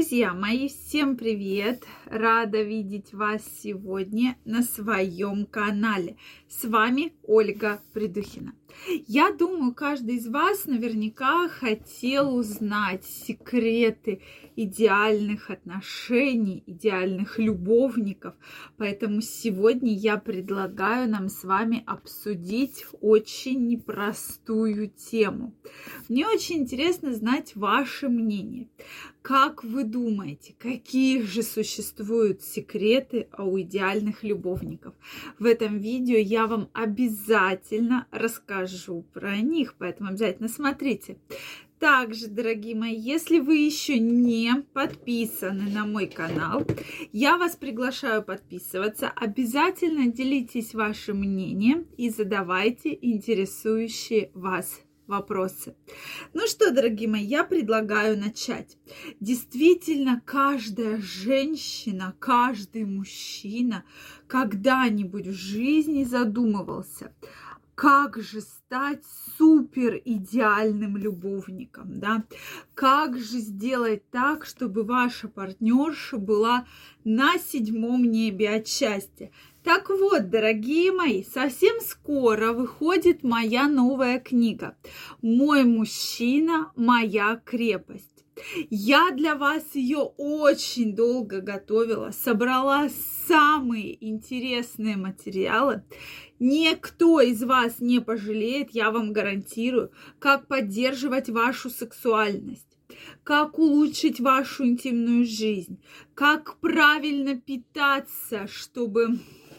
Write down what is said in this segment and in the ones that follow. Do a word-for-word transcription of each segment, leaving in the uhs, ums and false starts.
Друзья мои, всем привет! Рада видеть вас сегодня на своем канале. С вами Ольга Придухина. Я думаю, каждый из вас наверняка хотел узнать секреты идеальных отношений, идеальных любовников. Поэтому сегодня я предлагаю нам с вами обсудить очень непростую тему. Мне очень интересно знать ваше мнение. Как вы думаете, какие же существуют секреты у идеальных любовников? В этом видео я вам обязательно расскажу про них, поэтому обязательно смотрите. Также, дорогие мои, если вы еще не подписаны на мой канал, я вас приглашаю подписываться. Обязательно делитесь вашим мнением и задавайте интересующие вас вопросы. Ну что, дорогие мои, я предлагаю начать. Действительно, каждая женщина, каждый мужчина когда-нибудь в жизни задумывался, как же стать супер идеальным любовником, да? Как же сделать так, чтобы ваша партнерша была на седьмом небе от счастья? Так вот, дорогие мои, совсем скоро выходит моя новая книга «Мой мужчина, моя крепость». Я для вас ее очень долго готовила, собрала самые интересные материалы. Никто из вас не пожалеет, я вам гарантирую, как поддерживать вашу сексуальность, как улучшить вашу интимную жизнь, как правильно питаться, чтобы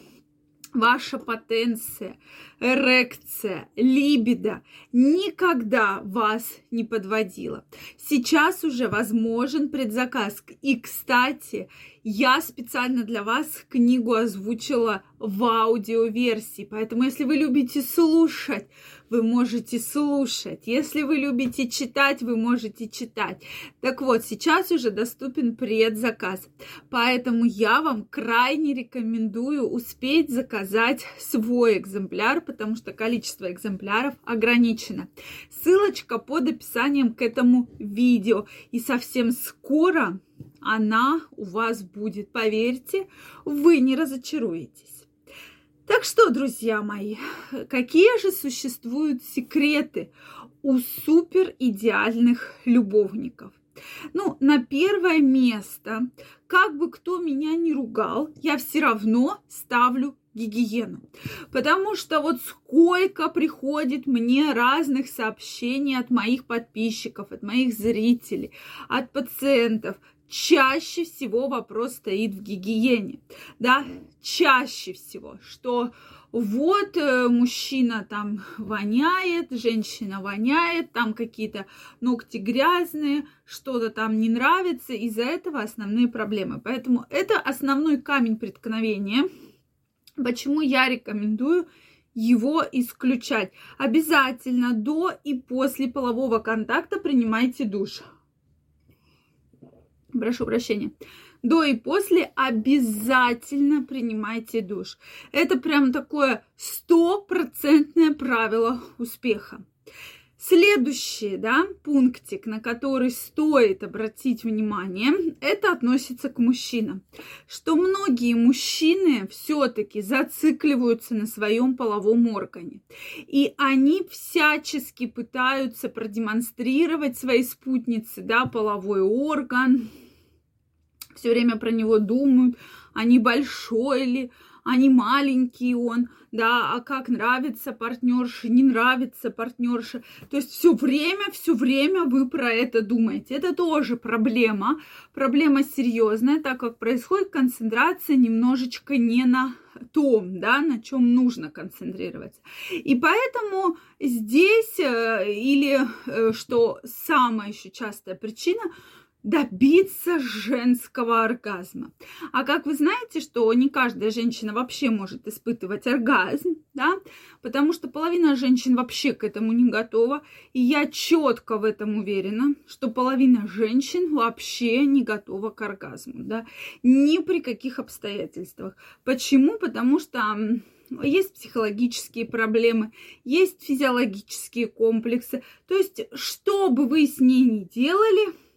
ваша потенция, эрекция, либидо никогда вас не подводила. Сейчас уже возможен предзаказ. И, кстати, я специально для вас книгу озвучила в аудиоверсии. Поэтому, если вы любите слушать, вы можете слушать. Если вы любите читать, вы можете читать. Так вот, сейчас уже доступен предзаказ. Поэтому я вам крайне рекомендую успеть заказать свой экземпляр, потому что количество экземпляров ограничено. Ссылочка под описанием к этому видео. И совсем скоро она у вас будет. Поверьте, вы не разочаруетесь. Так что, друзья мои, какие же существуют секреты у супер идеальных любовников? Ну, на первое место, как бы кто меня ни ругал, я все равно ставлю гигиену. Потому что вот сколько приходит мне разных сообщений от моих подписчиков, от моих зрителей, от пациентов. Чаще всего вопрос стоит в гигиене, да, чаще всего, что вот э, мужчина там воняет, женщина воняет, там какие-то ногти грязные, что-то там не нравится, из-за этого основные проблемы. Поэтому это основной камень преткновения, почему я рекомендую его исключать. Обязательно до и после полового контакта принимайте душ. Прошу прощения. До и после обязательно принимайте душ. Это прям такое стопроцентное правило успеха. Следующий, да, пунктик, на который стоит обратить внимание, это относится к мужчинам. Что многие мужчины все-таки зацикливаются на своем половом органе. И они всячески пытаются продемонстрировать своей спутнице, да, половой орган. Все время про него думают, а не большой ли, а не маленький он, да, а как нравится партнерше, не нравится партнерше. То есть все время, все время вы про это думаете. Это тоже проблема, проблема серьезная, так как происходит концентрация немножечко не на том, да, на чем нужно концентрироваться. И поэтому здесь, или что самая еще частая причина, добиться женского оргазма. А как вы знаете, что не каждая женщина вообще может испытывать оргазм, да, потому что половина женщин вообще к этому не готова. И я четко в этом уверена, что половина женщин вообще не готова к оргазму, да, ни при каких обстоятельствах. Почему? Потому что есть психологические проблемы, есть физиологические комплексы. То есть, что бы вы с ней ни делали,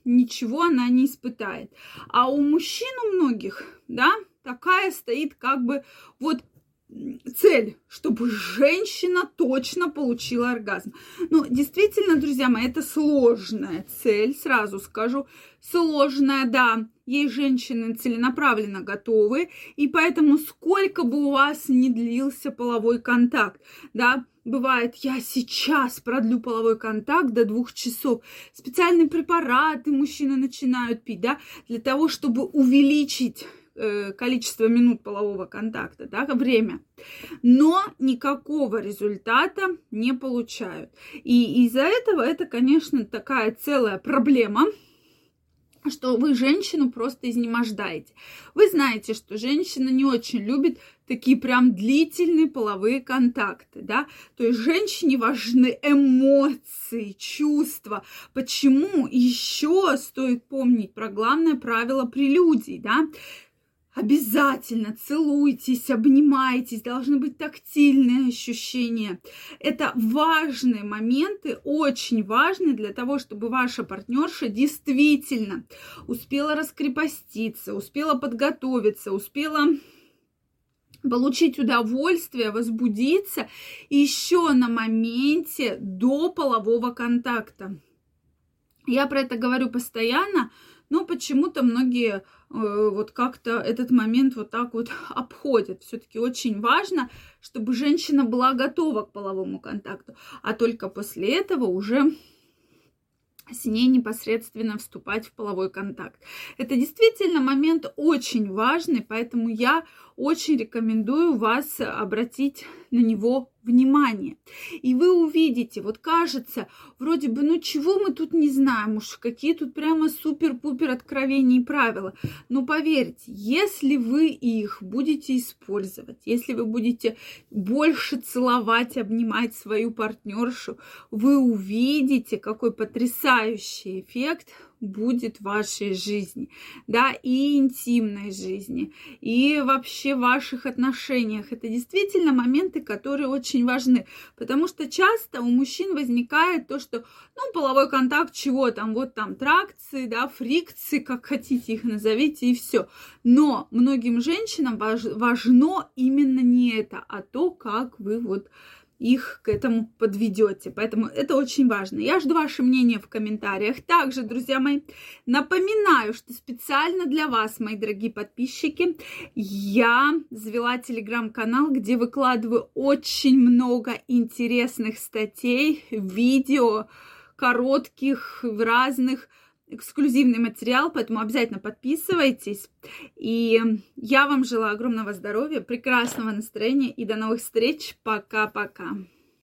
ничего она не испытает. А у мужчин у многих, да, такая стоит как бы вот цель, чтобы женщина точно получила оргазм. Ну, действительно, друзья мои, это сложная цель, сразу скажу. Сложная, да. Ей женщины целенаправленно готовы. И поэтому сколько бы у вас ни длился половой контакт, да, бывает, я сейчас продлю половой контакт до двух часов. Специальные препараты мужчины начинают пить, да, для того, чтобы увеличить количество минут полового контакта, да, время, но никакого результата не получают. И из-за этого это, конечно, такая целая проблема, что вы женщину просто изнемождаете. Вы знаете, что женщина не очень любит такие прям длительные половые контакты, да, то есть женщине важны эмоции, чувства. Почему еще стоит помнить про главное правило прелюдий, да? Обязательно целуйтесь, обнимайтесь, должны быть тактильные ощущения. Это важные моменты, очень важные для того, чтобы ваша партнерша действительно успела раскрепоститься, успела подготовиться, успела получить удовольствие, возбудиться еще на моменте до полового контакта. Я про это говорю постоянно, но почему-то многие э, вот как-то этот момент вот так вот обходят. Все-таки очень важно, чтобы женщина была готова к половому контакту, а только после этого уже с ней непосредственно вступать в половой контакт. Это действительно момент очень важный, поэтому я очень рекомендую вас обратить на него внимание. И вы увидите, вот кажется, вроде бы, ну чего мы тут не знаем, уж какие тут прямо супер-пупер откровения и правила. Но поверьте, если вы их будете использовать, если вы будете больше целовать, обнимать свою партнершу, вы увидите, какой потрясающий эффект будет в вашей жизни, да, и интимной жизни, и вообще в ваших отношениях. Это действительно моменты, которые очень важны, потому что часто у мужчин возникает то, что, ну, половой контакт, чего там, вот там тракции, да, фрикции, как хотите их назовите, и все. Но многим женщинам важ, важно именно не это, а то, как вы вот их к этому подведете. Поэтому это очень важно. Я жду ваше мнение в комментариях. Также, друзья мои, напоминаю, что специально для вас, мои дорогие подписчики, я завела телеграм-канал, где выкладываю очень много интересных статей, видео, коротких, разных, эксклюзивный материал, поэтому обязательно подписывайтесь. И я вам желаю огромного здоровья, прекрасного настроения и до новых встреч. Пока-пока.